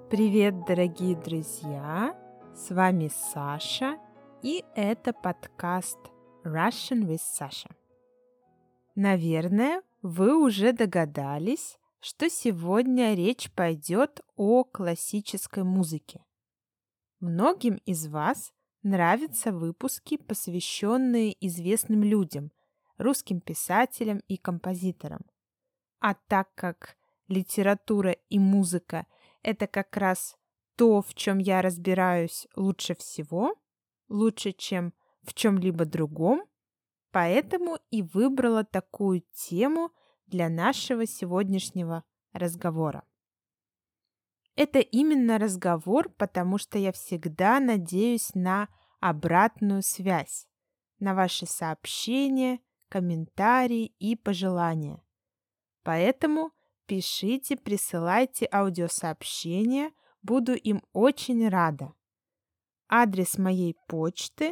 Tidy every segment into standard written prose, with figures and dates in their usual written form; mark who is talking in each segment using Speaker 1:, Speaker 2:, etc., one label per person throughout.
Speaker 1: Привет, дорогие друзья! С вами Саша, и это подкаст Russian with Sasha. Наверное, вы уже догадались, что сегодня речь пойдет о классической музыке. Многим из вас нравятся выпуски, посвященные известным людям, русским писателям и композиторам. А так как литература и музыка – это как раз то, в чем я разбираюсь лучше всего, лучше, чем в чем-либо другом, поэтому и выбрала такую тему для нашего сегодняшнего разговора. Это именно разговор, потому что я всегда надеюсь на обратную связь, на ваши сообщения, комментарии и пожелания. Поэтому пишите, присылайте аудиосообщения, буду им очень рада. Адрес моей почты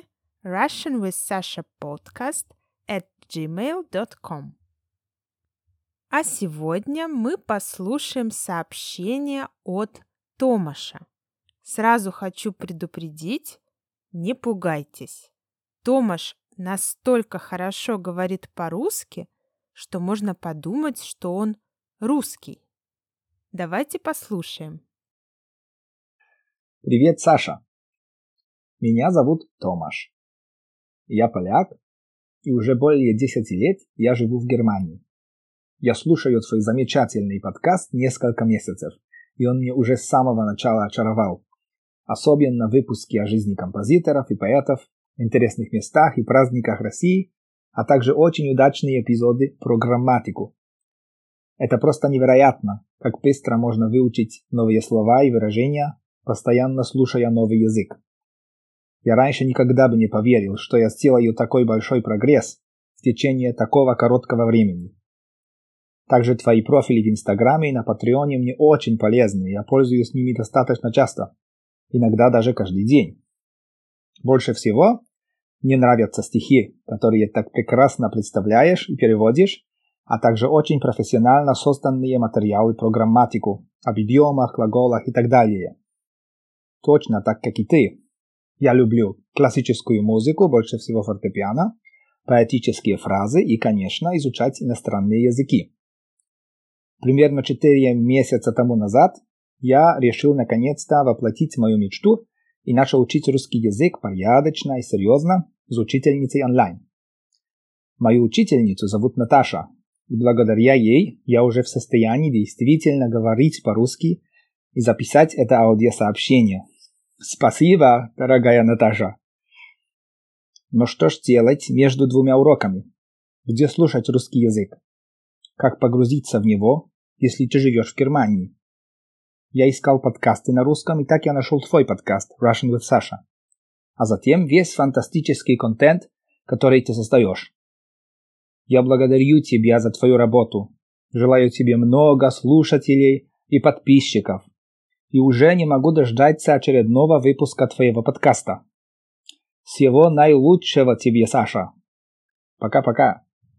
Speaker 1: russianwithsashapodcast@gmail.com. А сегодня мы послушаем сообщение от Томаша. Сразу хочу предупредить, не пугайтесь. Томаш настолько хорошо говорит по-русски, что можно подумать, что он русский. Давайте послушаем.
Speaker 2: Привет, Саша. Меня зовут Томаш. Я поляк, и уже более 10 лет я живу в Германии. Я слушаю твой замечательный подкаст несколько месяцев, и он мне уже с самого начала очаровал. Особенно выпуски о жизни композиторов и поэтов, интересных местах и праздниках России, а также очень удачные эпизоды про грамматику. Это просто невероятно, как быстро можно выучить новые слова и выражения, постоянно слушая новый язык. Я раньше никогда бы не поверил, что я сделаю такой большой прогресс в течение такого короткого времени. Также твои профили в Инстаграме и на Патреоне мне очень полезны, я пользуюсь ними достаточно часто, иногда даже каждый день. Больше всего мне нравятся стихи, которые так прекрасно представляешь и переводишь, а также очень профессионально созданные материалы про грамматику, об идиомах, глаголах и так далее. Точно так, как и ты. Я люблю классическую музыку, больше всего фортепиано, поэтические фразы и, конечно, изучать иностранные языки. Примерно 4 месяца тому назад я решил наконец-то воплотить мою мечту и начал учить русский язык порядочно и серьезно с учительницей онлайн. Мою учительницу зовут Наташа, и благодаря ей я уже в состоянии действительно говорить по-русски и записать это аудиосообщение. Спасибо, дорогая Наташа. Но что ж делать между двумя уроками? Где слушать русский язык? Как погрузиться в него, если ты живешь в Германии? Я искал подкасты на русском, и так я нашел твой подкаст Russian with Sasha. А затем весь фантастический контент, который ты создаешь. Я благодарю тебя за твою работу. Желаю тебе много слушателей и подписчиков. И уже не могу дождаться очередного выпуска твоего подкаста. Всего наилучшего тебе, Саша. Пока-пока.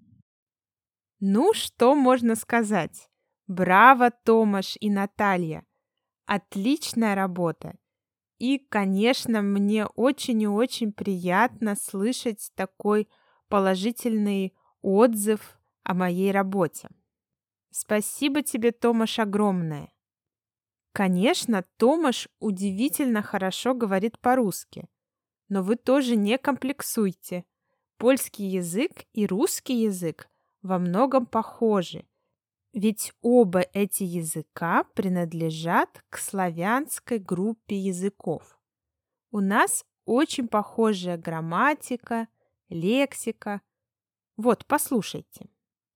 Speaker 1: Ну, что можно сказать? Браво, Томаш и Наталья! Отличная работа! И, конечно, мне очень и очень приятно слышать такой положительный отзыв о моей работе. Спасибо тебе, Томаш, огромное! Конечно, Томаш удивительно хорошо говорит по-русски, но вы тоже не комплексуйте. Польский язык и русский язык во многом похожи, ведь оба эти языка принадлежат к славянской группе языков. У нас очень похожая грамматика, лексика. Вот, послушайте.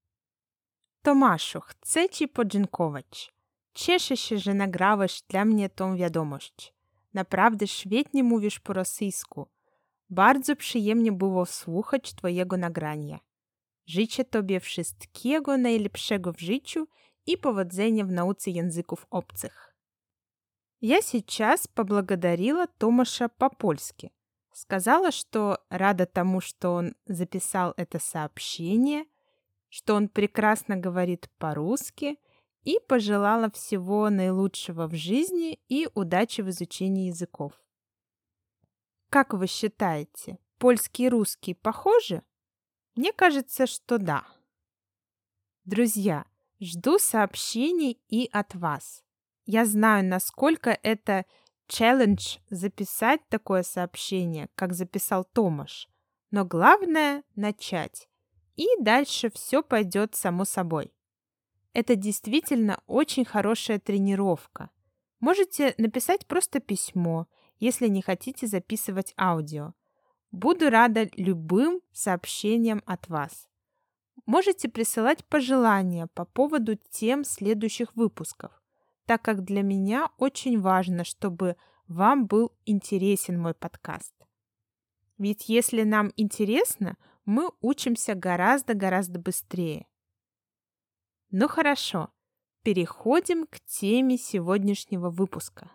Speaker 1: Tomaszu, chcę ci podziękować. Cieszę się, że nagrałeś dla mnie tą wiadomość. Naprawdę świetnie mówisz po rosyjsku. Bardzo przyjemnie było słuchać twojego nagrania. Życzę tobie wszystkiego najlepszego w życiu и powodzenia в науce языков obcych. Я сейчас поблагодарила Томаша по-польски. Сказала, что рада тому, что он записал это сообщение, что он прекрасно говорит по-русски и пожелала всего наилучшего в жизни и удачи в изучении языков. Как вы считаете, польский и русский похожи? Мне кажется, что да. Друзья, жду сообщений и от вас. Я знаю, насколько это челлендж записать такое сообщение, как записал Томаш. Но главное — начать. И дальше все пойдет само собой. Это действительно очень хорошая тренировка. Можете написать просто письмо, если не хотите записывать аудио. Буду рада любым сообщениям от вас. Можете присылать пожелания по поводу тем следующих выпусков, так как для меня очень важно, чтобы вам был интересен мой подкаст. Ведь если нам интересно, мы учимся гораздо быстрее. Ну хорошо, переходим к теме сегодняшнего выпуска.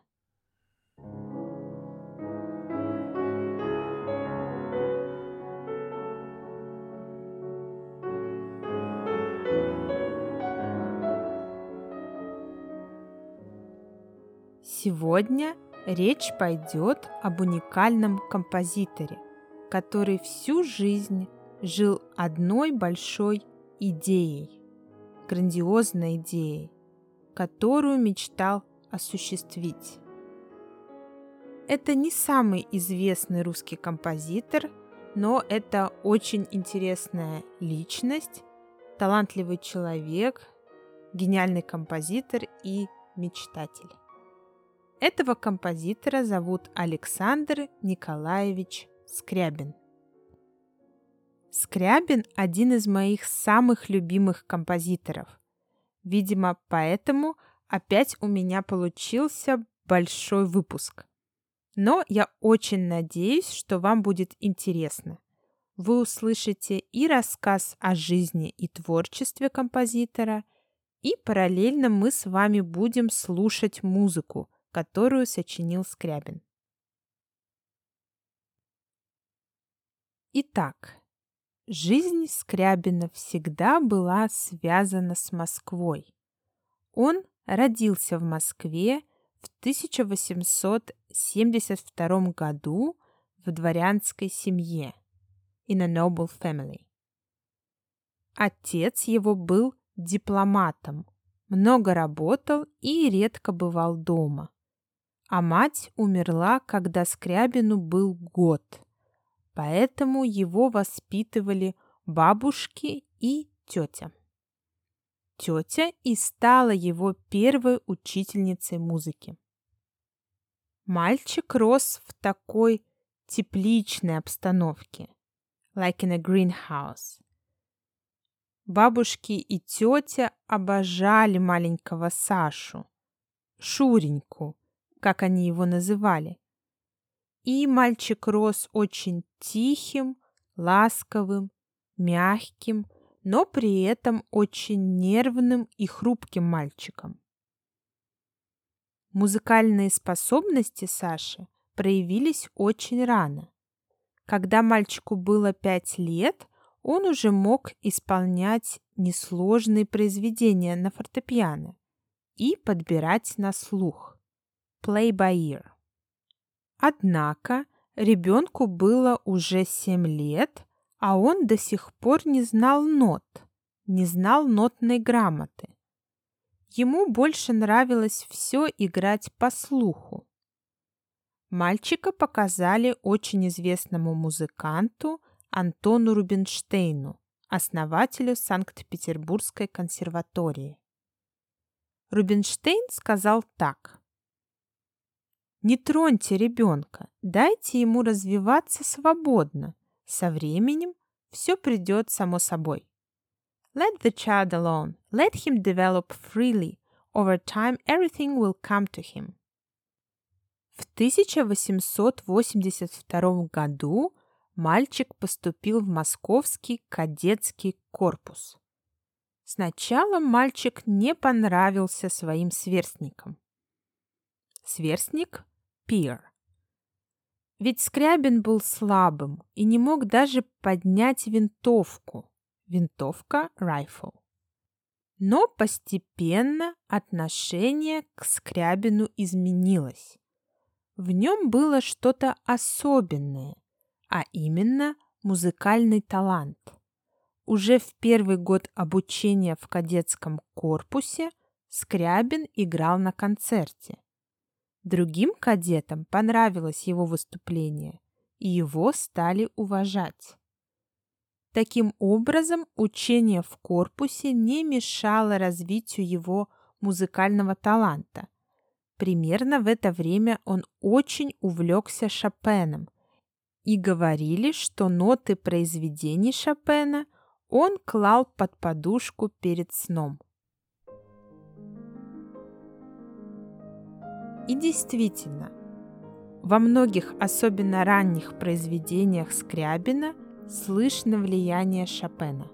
Speaker 1: Сегодня речь пойдет об уникальном композиторе, который всю жизнь жил одной большой идеей, грандиозной идеей, которую мечтал осуществить. Это не самый известный русский композитор, но это очень интересная личность, талантливый человек, гениальный композитор и мечтатель. Этого композитора зовут Александр Николаевич Скрябин. Скрябин – один из моих самых любимых композиторов. Видимо, поэтому опять у меня получился большой выпуск. Но я очень надеюсь, что вам будет интересно. Вы услышите и рассказ о жизни и творчестве композитора, и параллельно мы с вами будем слушать музыку, которую сочинил Скрябин. Итак, жизнь Скрябина всегда была связана с Москвой. Он родился в Москве в 1872 году в дворянской семье, in a noble family. Отец его был дипломатом, много работал и редко бывал дома. А мать умерла, когда Скрябину был год, поэтому его воспитывали бабушки и тетя. Тетя и стала его первой учительницей музыки. Мальчик рос в такой тепличной обстановке, like in a greenhouse. Бабушки и тетя обожали маленького Сашу, Шуреньку, как они его называли. И мальчик рос очень тихим, ласковым, мягким, но при этом очень нервным и хрупким мальчиком. Музыкальные способности Саши проявились очень рано. Когда мальчику было 5 лет, он уже мог исполнять несложные произведения на фортепиано и подбирать на слух. Play by ear. Однако ребенку было уже 7 лет, а он до сих пор не знал нот, не знал нотной грамоты. Ему больше нравилось все играть по слуху. Мальчика показали очень известному музыканту Антону Рубинштейну, основателю Санкт-Петербургской консерватории. Рубинштейн сказал так: «Не троньте ребенка, дайте ему развиваться свободно. Со временем все придет само собой. Let the child alone. Let him develop freely. Over time everything will come to him». В 1882 году мальчик поступил в Московский кадетский корпус. Сначала мальчик не понравился своим сверстникам. Сверстник – peer. Ведь Скрябин был слабым и не мог даже поднять винтовку. Винтовка – rifle. Но постепенно отношение к Скрябину изменилось. В нем было что-то особенное, а именно музыкальный талант. Уже в первый год обучения в кадетском корпусе Скрябин играл на концерте. Другим кадетам понравилось его выступление, и его стали уважать. Таким образом, учение в корпусе не мешало развитию его музыкального таланта. Примерно в это время он очень увлекся Шопеном, и говорили, что ноты произведений Шопена он клал под подушку перед сном. И действительно, во многих особенно ранних произведениях Скрябина слышно влияние Шопена.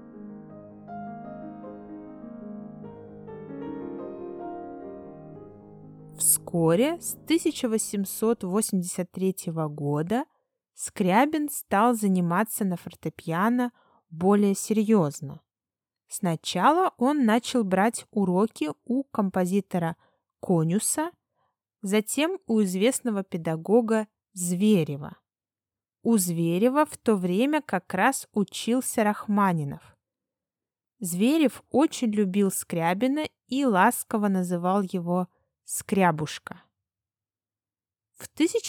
Speaker 1: Вскоре, с 1883 года, Скрябин стал заниматься на фортепиано более серьезно. Сначала он начал брать уроки у композитора Конюса, затем у известного педагога Зверева. У Зверева в то время как раз учился Рахманинов. Зверев очень любил Скрябина и ласково называл его «Скрябушка». В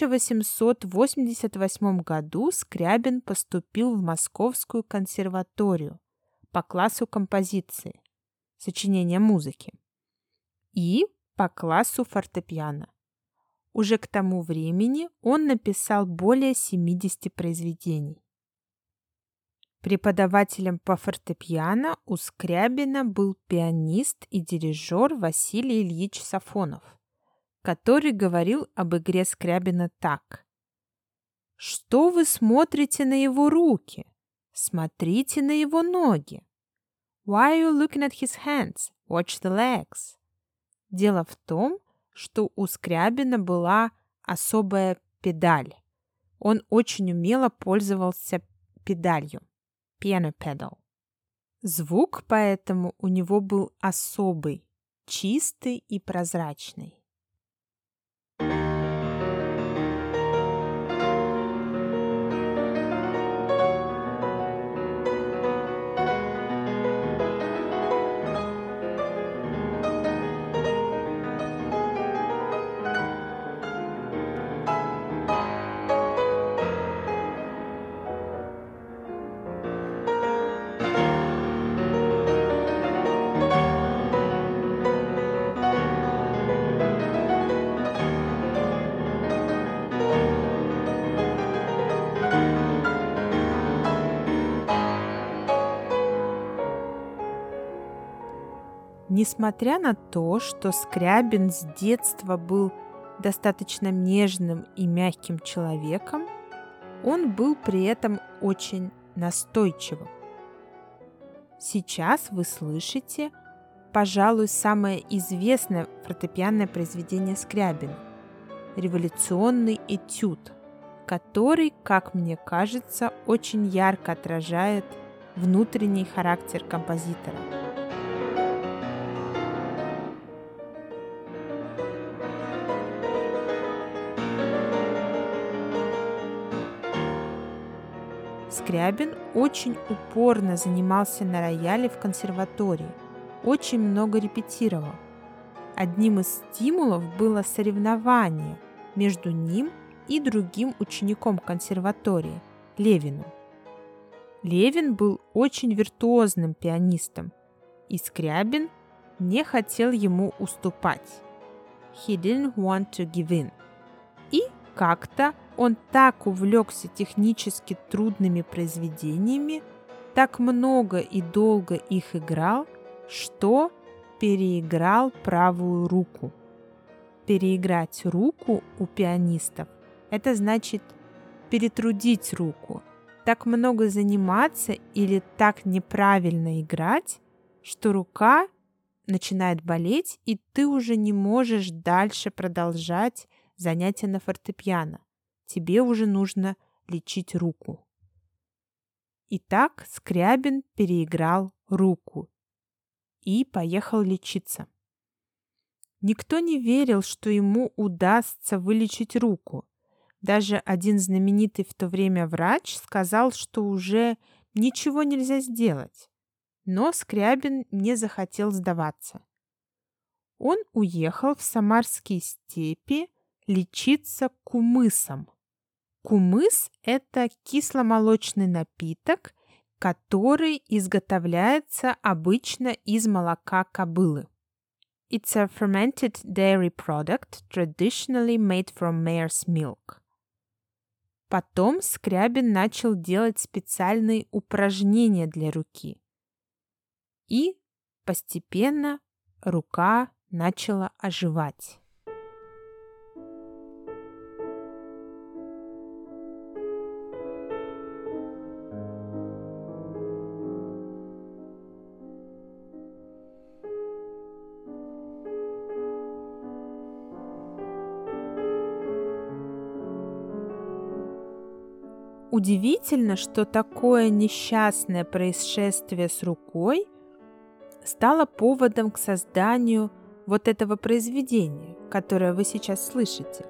Speaker 1: 1888 году Скрябин поступил в Московскую консерваторию по классу композиции, сочинения музыки, и по классу фортепиано. Уже к тому времени он написал более 70 произведений. Преподавателем по фортепиано у Скрябина был пианист и дирижер Василий Ильич Сафонов, который говорил об игре Скрябина так: «Что вы смотрите на его руки? Смотрите на его ноги. Why are you looking at his hands? Watch the legs». Дело в том, что у Скрябина была особая педаль. Он очень умело пользовался педалью, piano pedal. Звук поэтому у него был особый, чистый и прозрачный. Несмотря на то, что Скрябин с детства был достаточно нежным и мягким человеком, он был при этом очень настойчивым. Сейчас вы слышите, пожалуй, самое известное фортепианное произведение Скрябина – революционный этюд, который, как мне кажется, очень ярко отражает внутренний характер композитора. Скрябин очень упорно занимался на рояле в консерватории, очень много репетировал. Одним из стимулов было соревнование между ним и другим учеником консерватории, Левиным. Левин был очень виртуозным пианистом, и Скрябин не хотел ему уступать. He didn't want to give in. И как-то он так увлекся технически трудными произведениями, так много и долго их играл, что переиграл правую руку. Переиграть руку у пианистов – это значит перетрудить руку, так много заниматься или так неправильно играть, что рука начинает болеть, и ты уже не можешь дальше продолжать занятия на фортепиано. Тебе уже нужно лечить руку. Итак, Скрябин переиграл руку. и поехал лечиться. Никто не верил, что ему удастся вылечить руку. Даже один знаменитый в то время врач сказал, что уже ничего нельзя сделать. Но Скрябин не захотел сдаваться. Он уехал в Самарские степи лечиться кумысом. Кумыс – это кисломолочный напиток, который изготовляется обычно из молока кобылы. It's a fermented dairy product traditionally made from mare's milk. Потом Скрябин начал делать специальные упражнения для руки. И постепенно рука начала оживать. Удивительно, что такое несчастное происшествие с рукой стало поводом к созданию вот этого произведения, которое вы сейчас слышите.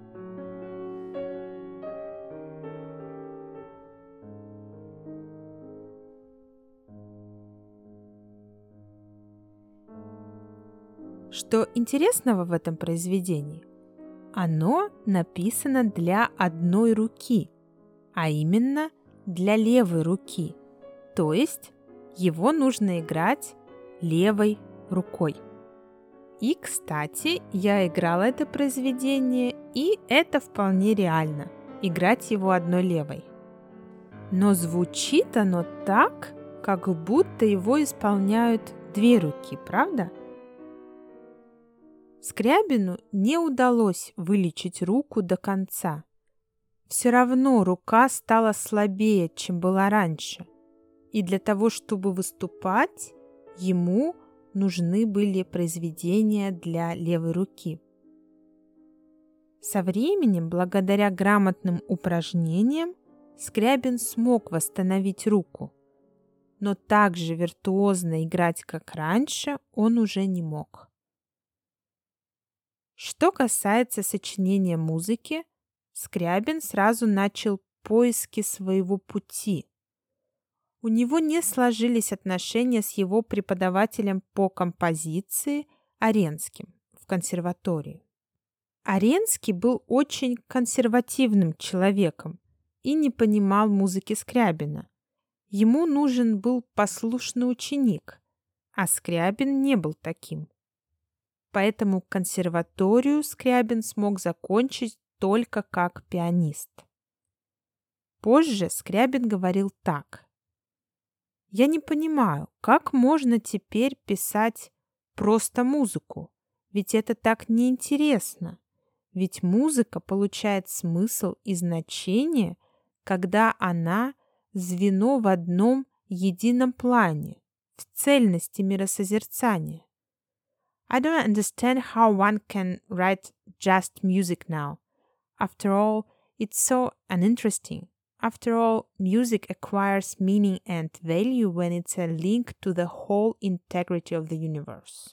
Speaker 1: Что интересного в этом произведении? Оно написано для одной руки, а именно для левой руки, то есть его нужно играть левой рукой. И, кстати, я играла это произведение, и это вполне реально – играть его одной левой. Но звучит оно так, как будто его исполняют две руки, правда? Скрябину не удалось вылечить руку до конца. Все равно рука стала слабее, чем была раньше. И для того, чтобы выступать, ему нужны были произведения для левой руки. Со временем, благодаря грамотным упражнениям, Скрябин смог восстановить руку. Но так же виртуозно играть, как раньше, он уже не мог. Что касается сочинения музыки, Скрябин сразу начал поиски своего пути. У него не сложились отношения с его преподавателем по композиции Аренским в консерватории. Аренский был очень консервативным человеком и не понимал музыки Скрябина. Ему нужен был послушный ученик, а Скрябин не был таким. Поэтому консерваторию Скрябин смог закончить только как пианист. Позже Скрябин говорил так: «Я не понимаю, как можно теперь писать просто музыку, ведь это так неинтересно, ведь музыка получает смысл и значение, когда она звено в одном едином плане, в цельности миросозерцания. I don't understand how one can write just music now. After all, it's so uninteresting. After all, music acquires meaning and value when it's a link to the whole integrity of the universe».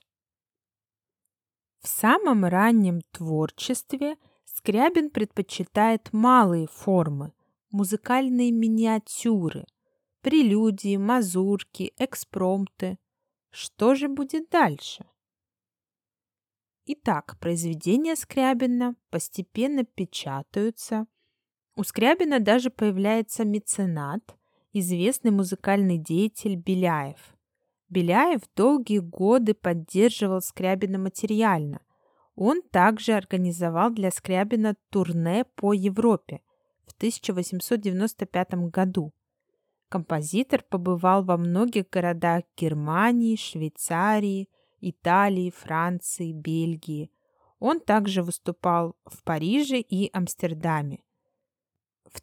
Speaker 1: В самом раннем творчестве Скрябин предпочитает малые формы, музыкальные миниатюры, прелюдии, мазурки, экспромты. Что же будет дальше? Итак, произведения Скрябина постепенно печатаются. У Скрябина даже появляется меценат, известный музыкальный деятель Беляев. Беляев долгие годы поддерживал Скрябина материально. Он также организовал для Скрябина турне по Европе в 1895 году. Композитор побывал во многих городах Германии, Швейцарии, Италии, Франции, Бельгии. Он также выступал в Париже и Амстердаме. В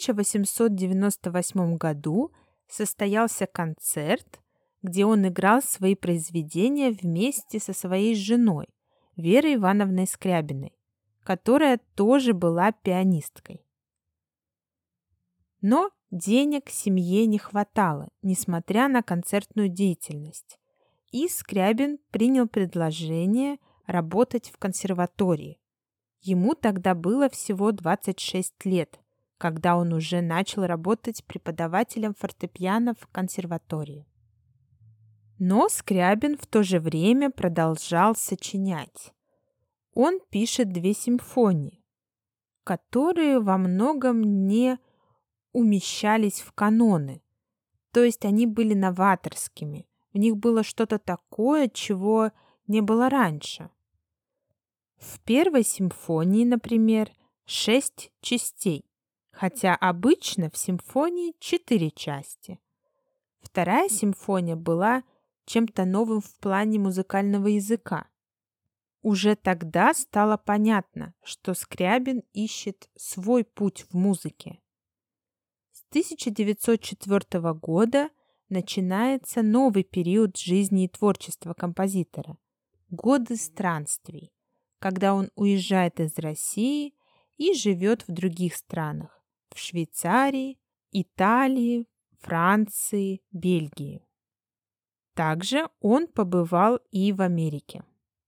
Speaker 1: 1898 году состоялся концерт, где он играл свои произведения вместе со своей женой Верой Ивановной Скрябиной, которая тоже была пианисткой. Но денег семье не хватало, несмотря на концертную деятельность. и Скрябин принял предложение работать в консерватории. Ему тогда было всего 26 лет, когда он уже начал работать преподавателем фортепиано в консерватории. Но Скрябин в то же время продолжал сочинять. Он пишет 2 симфонии, которые во многом не умещались в каноны, то есть они были новаторскими, в них было что-то такое, чего не было раньше. В первой симфонии, например, 6 частей, хотя обычно в симфонии 4 части. Вторая симфония была чем-то новым в плане музыкального языка. Уже тогда стало понятно, что Скрябин ищет свой путь в музыке. С 1904 года начинается новый период жизни и творчества композитора – годы странствий, когда он уезжает из России и живет в других странах – в Швейцарии, Италии, Франции, Бельгии. Также он побывал и в Америке.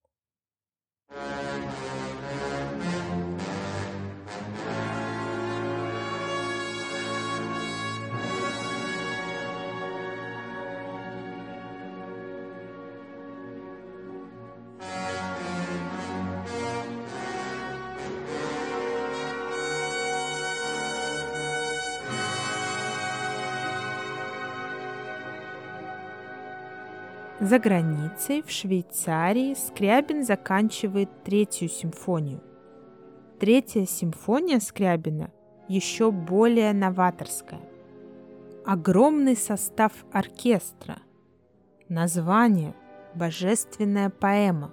Speaker 1: За границей, в Швейцарии, Скрябин заканчивает 3-ю симфонию. 3-я симфония Скрябина еще более новаторская. Огромный состав оркестра. Название «Божественная поэма».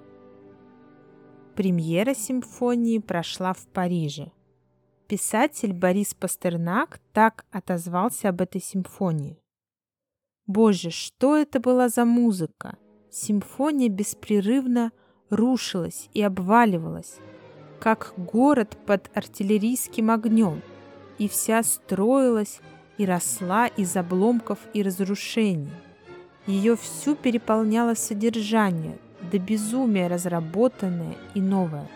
Speaker 1: Премьера симфонии прошла в Париже. Писатель Борис Пастернак так отозвался об этой симфонии. Боже, что это была за музыка! Симфония беспрерывно рушилась и обваливалась, как город под артиллерийским огнем, и вся строилась и росла из обломков и разрушений. Ее всю переполняло содержание, до безумия разработанное и новое.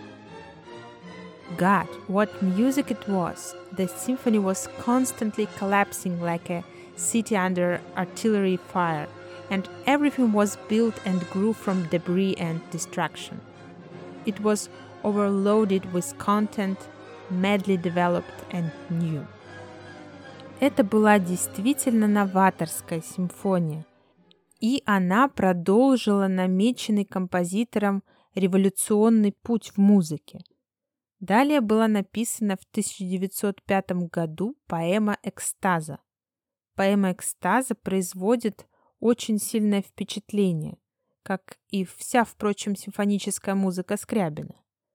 Speaker 1: God, what music it was! The symphony was constantly collapsing like a city under artillery fire, and everything was built and grew from debris and destruction. It was overloaded with content, madly developed and new. Это была действительно новаторская симфония, и она продолжила намеченный композитором революционный путь в музыке. Далее была написана в 1905 году поэма «Экстаза». Поэма «Экстаза» производит очень сильное впечатление, как и вся, впрочем, симфоническая музыка Скрябина.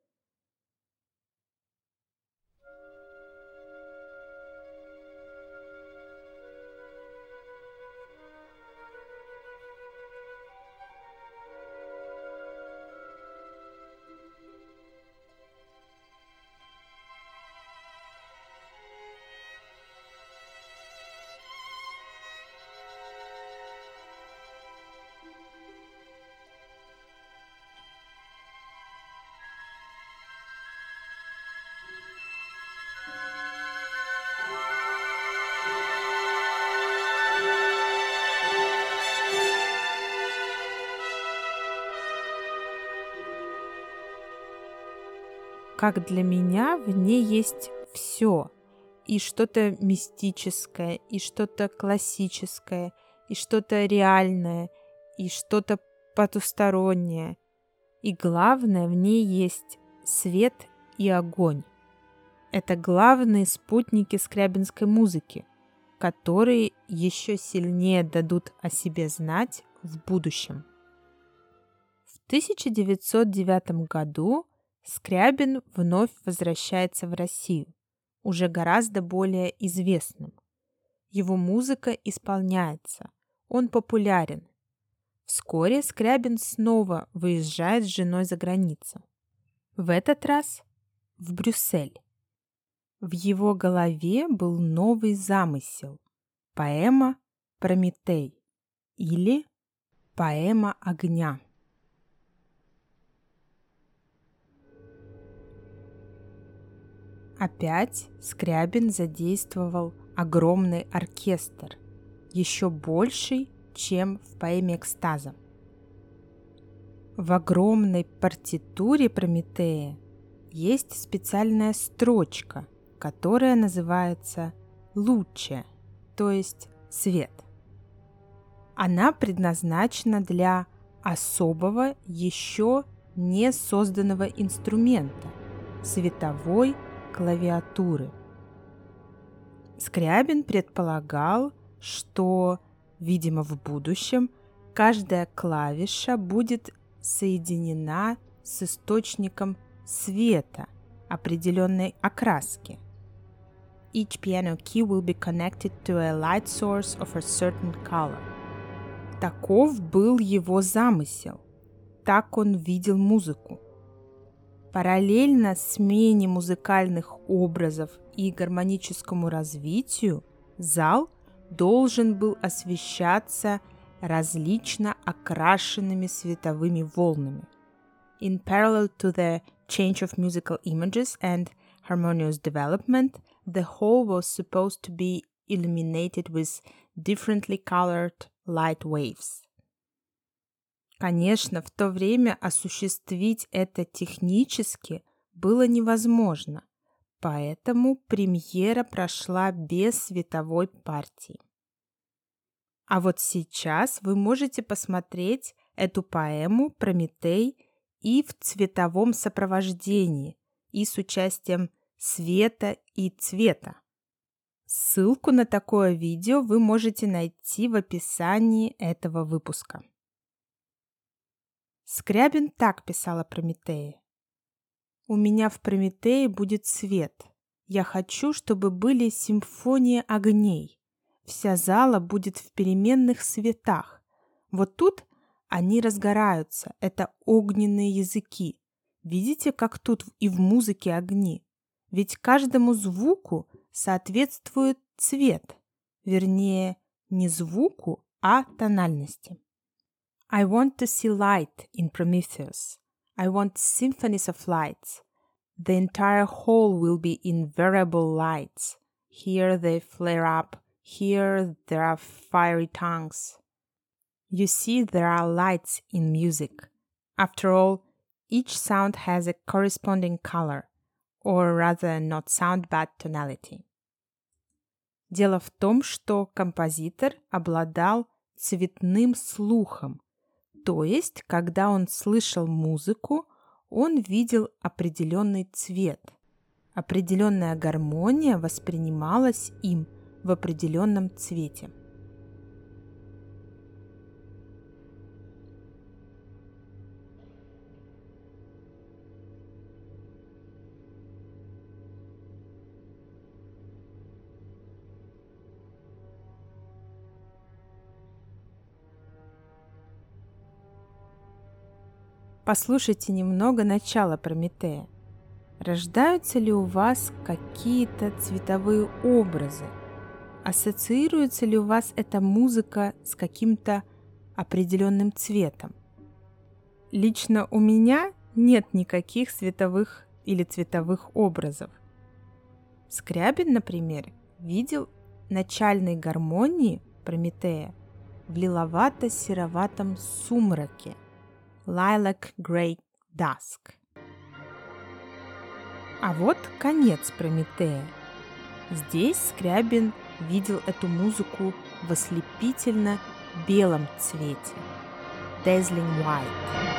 Speaker 1: Как для меня в ней есть все, и что-то мистическое, и что-то классическое, и что-то реальное, и что-то потустороннее. И главное, в ней есть свет и огонь. Это главные спутники скрябинской музыки, которые еще сильнее дадут о себе знать в будущем. В 1909 году Скрябин вновь возвращается в Россию, уже гораздо более известным. Его музыка исполняется, он популярен. Вскоре Скрябин снова выезжает с женой за границу. В этот раз в Брюссель. В его голове был новый замысел – поэма «Прометей» или Поэма огня. Опять Скрябин задействовал огромный оркестр, еще больший, чем в поэме «Экстаза». В огромной партитуре Прометея есть специальная строчка, которая называется «луче», то есть «свет». Она предназначена для особого, еще не созданного инструмента – световой клавиатуры. Скрябин предполагал, что, видимо, в будущем каждая клавиша будет соединена с источником света определенной окраски. Each piano key will be connected to a light source of a certain color. Таков был его замысел. Так он видел музыку. Параллельно смене музыкальных образов и гармоническому развитию зал должен был освещаться различно окрашенными световыми волнами. In parallel to the change of musical images and harmonious development, the whole was supposed to be illuminated with differently colored light waves. Конечно, в то время осуществить это технически было невозможно, поэтому премьера прошла без световой партии. А вот сейчас вы можете посмотреть эту поэму «Прометей» и в цветовом сопровождении, и с участием света и цвета. Ссылку на такое видео вы можете найти в описании этого выпуска. Скрябин так писал о Прометее. «У меня в Прометее будет свет. Я хочу, чтобы были симфонии огней. Вся зала будет в переменных светах. Вот тут они разгораются, это огненные языки. Видите, как тут и в музыке огни? Ведь каждому звуку соответствует цвет. Вернее, не звуку, а тональности. I want to see light in Prometheus. I want symphonies of lights. The entire hall will be in variable lights. Here they flare up. Here there are fiery tongues. You see, there are lights in music. After all, each sound has a corresponding color, or rather not sound but tonality. Дело в том, что композитор обладал цветным слухом, то есть, когда он слышал музыку, он видел определенный цвет. Определенная гармония воспринималась им в определенном цвете. Послушайте немного начала Прометея. Рождаются ли у вас какие-то цветовые образы? Ассоциируется ли у вас эта музыка с каким-то определенным цветом? Лично у меня нет никаких световых или цветовых образов. Скрябин, например, видел начальной гармонии Прометея в лиловато-сероватом сумраке, Lilac Grey Dusk. А вот конец Прометея. Здесь Скрябин видел эту музыку в ослепительно белом цвете. Dazzling White.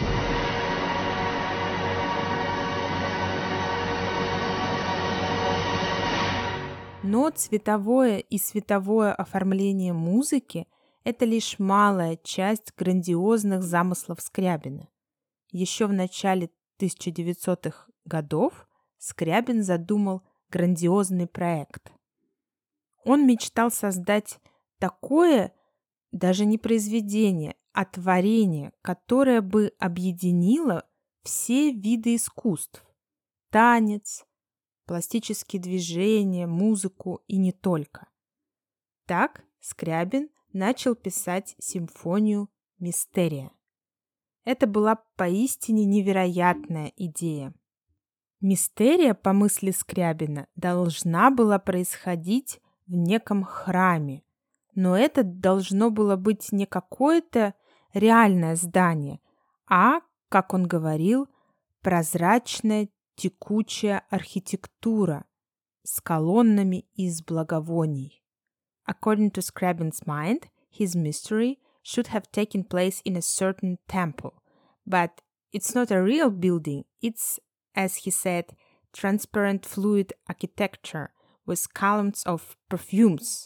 Speaker 1: Но цветовое и световое оформление музыки – это лишь малая часть грандиозных замыслов Скрябина. Еще в начале 1900-х годов Скрябин задумал грандиозный проект. Он мечтал создать такое, даже не произведение, а творение, которое бы объединило все виды искусств – танец, пластические движения, музыку и не только. Так Скрябин начал писать симфонию мистерия. Это была поистине невероятная идея. Мистерия, по мысли Скрябина, должна была происходить в неком храме, но это должно было быть не какое-то реальное здание, а, как он говорил, прозрачная текучая архитектура с колоннами из благовоний. According to Scriabin's mind, his mystery should have taken place in a certain temple, but it's not a real building, it's, as he said, transparent fluid architecture with columns of perfumes.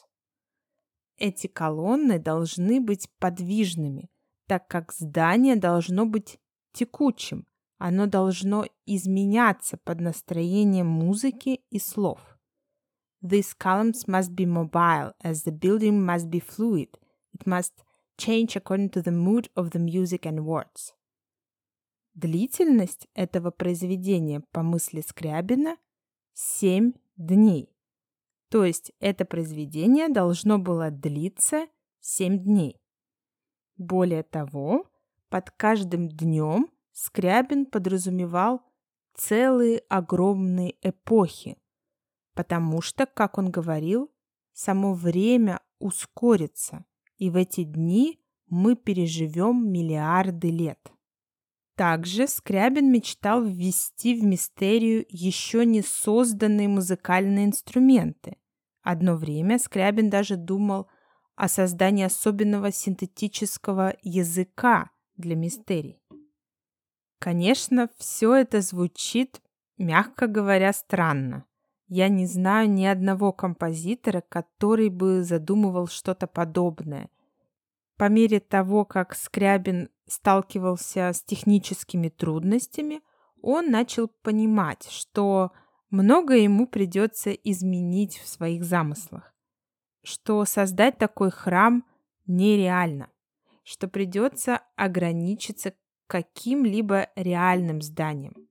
Speaker 1: Эти колонны должны быть подвижными, так как здание должно быть текучим, оно должно изменяться под настроением музыки и слов. These columns must be mobile, as the building must be fluid. It must change according to the mood of the music and words. Длительность этого произведения, по мысли Скрябина, 7 дней. То есть это произведение должно было длиться 7 дней. Более того, под каждым днем Скрябин подразумевал целые огромные эпохи, потому что, как он говорил, само время ускорится, и в эти дни мы переживем миллиарды лет. Также Скрябин мечтал ввести в мистерию еще не созданные музыкальные инструменты. Одно время Скрябин даже думал о создании особенного синтетического языка для мистерий. Конечно, все это звучит, мягко говоря, странно. Я не знаю ни одного композитора, который бы задумывал что-то подобное. По мере того, как Скрябин сталкивался с техническими трудностями, он начал понимать, что многое ему придется изменить в своих замыслах, что создать такой храм нереально, что придется ограничиться каким-либо реальным зданием,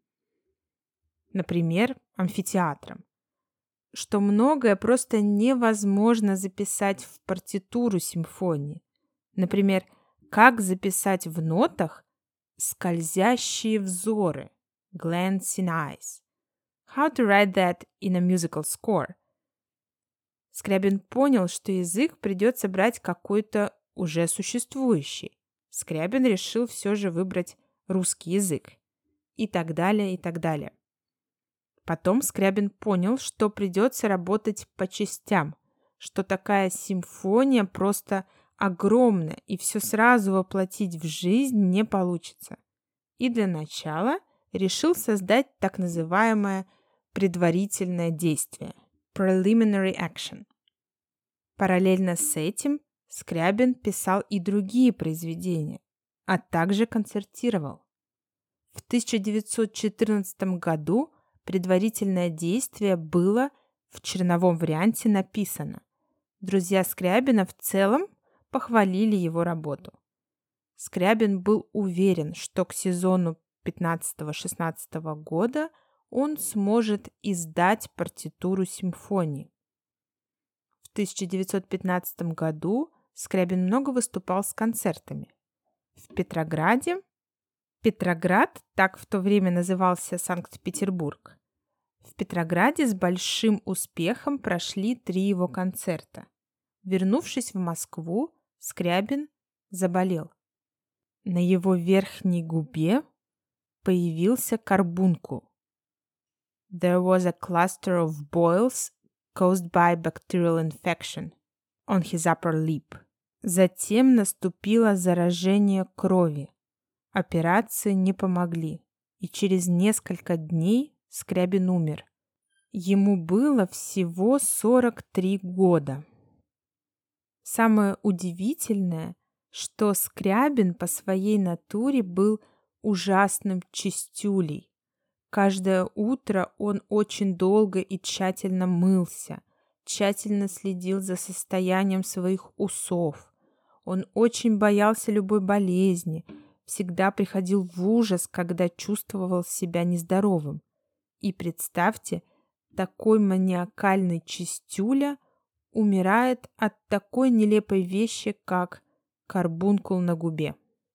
Speaker 1: например, амфитеатром, что многое просто невозможно записать в партитуру симфонии. Например, как записать в нотах скользящие взоры, glancing eyes. How to write that in a musical score. Скрябин понял, что язык придется брать какой-то уже существующий. Скрябин решил все же выбрать русский язык. И так далее, и так далее. Потом Скрябин понял, что придется работать по частям, что такая симфония просто огромная, и все сразу воплотить в жизнь не получится. И для начала решил создать так называемое предварительное действие – preliminary action. Параллельно с этим Скрябин писал и другие произведения, а также концертировал. В 1914 году предварительное действие было в черновом варианте написано. Друзья Скрябина в целом похвалили его работу. Скрябин был уверен, что к сезону 15-16 года он сможет издать партитуру симфонии. В 1915 году Скрябин много выступал с концертами. В Петрограде, Петроград, так в то время назывался Санкт-Петербург, в Петрограде с большим успехом прошли 3 его концерта. Вернувшись в Москву, Скрябин заболел. На его верхней губе появился карбункул. There was a cluster of boils caused by bacterial infection on his upper lip. Затем наступило заражение крови. Операции не помогли, и через несколько дней Скрябин умер. Ему было всего 43 года. Самое удивительное, что Скрябин по своей натуре был ужасным чистюлей. Каждое утро он очень долго и тщательно мылся, тщательно следил за состоянием своих усов. Он очень боялся любой болезни, всегда приходил в ужас, когда чувствовал себя нездоровым. И представьте, такой маниакальный чистюля умирает от такой нелепой вещи, как карбункул на губе.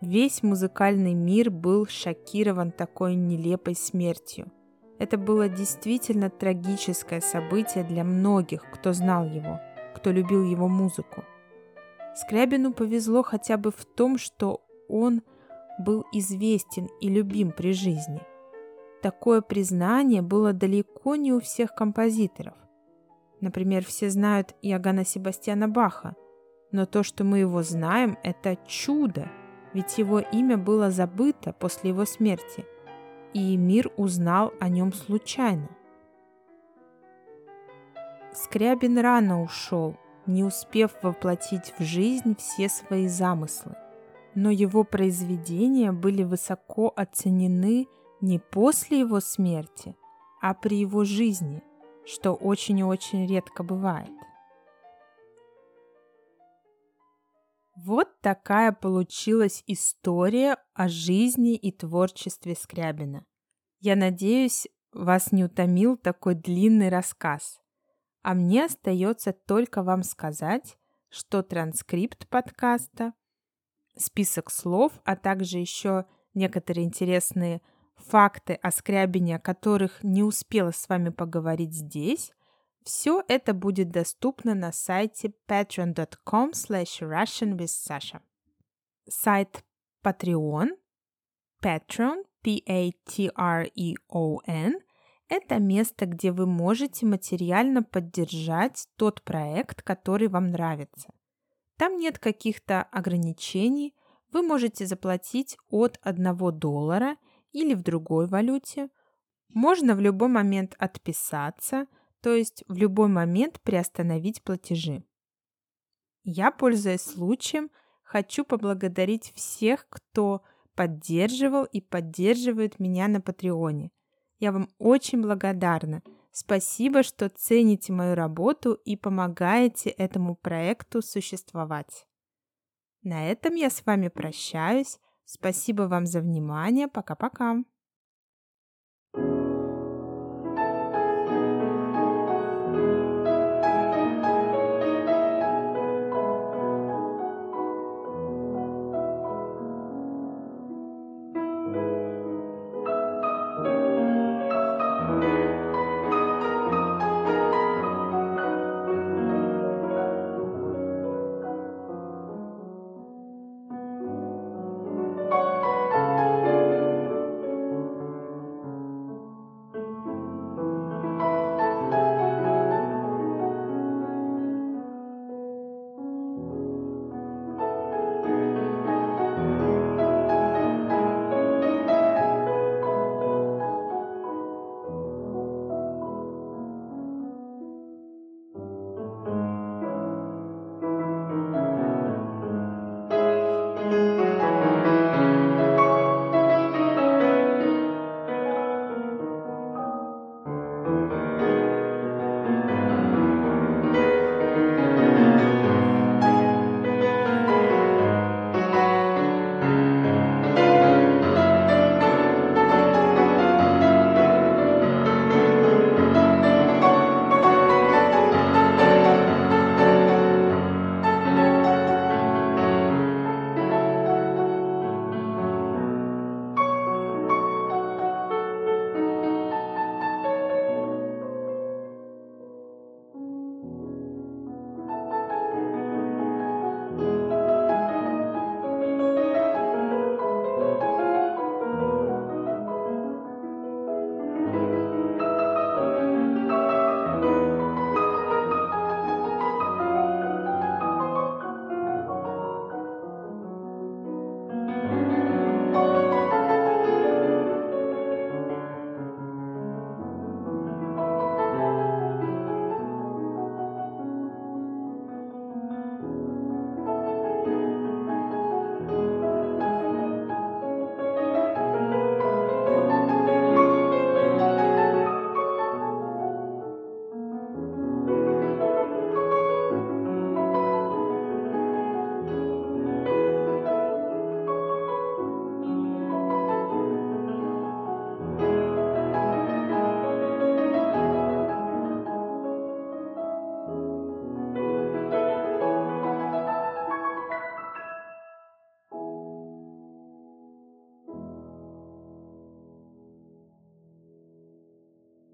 Speaker 1: Весь музыкальный мир был шокирован такой нелепой смертью. Это было действительно трагическое событие для многих, кто знал его, кто любил его музыку. Скрябину повезло хотя бы в том, что он был известен и любим при жизни. Такое признание было далеко не у всех композиторов. Например, все знают Иоганна Себастьяна Баха, но то, что мы его знаем, это чудо, ведь его имя было забыто после его смерти, и мир узнал о нем случайно. Скрябин рано ушел, не успев воплотить в жизнь все свои замыслы, но его произведения были высоко оценены не после его смерти, а при его жизни, что очень и очень редко бывает. Вот такая получилась история о жизни и творчестве Скрябина. Я надеюсь, вас не утомил такой длинный рассказ. А мне остается только вам сказать, что транскрипт подкаста, список слов, а также еще некоторые интересные факты о Скрябине, о которых не успела с вами поговорить здесь, все это будет доступно на сайте patreon.com/russianwithsasha. Сайт Patreon, Patreon, Patreon, это место, где вы можете материально поддержать тот проект, который вам нравится. Там нет каких-то ограничений, вы можете заплатить от $1 или в другой валюте. Можно в любой момент отписаться, то есть в любой момент приостановить платежи. Я, пользуясь случаем, хочу поблагодарить всех, кто поддерживал и поддерживает меня на Патреоне. Я вам очень благодарна. Спасибо, что цените мою работу и помогаете этому проекту существовать. На этом я с вами прощаюсь. Спасибо вам за внимание. Пока-пока.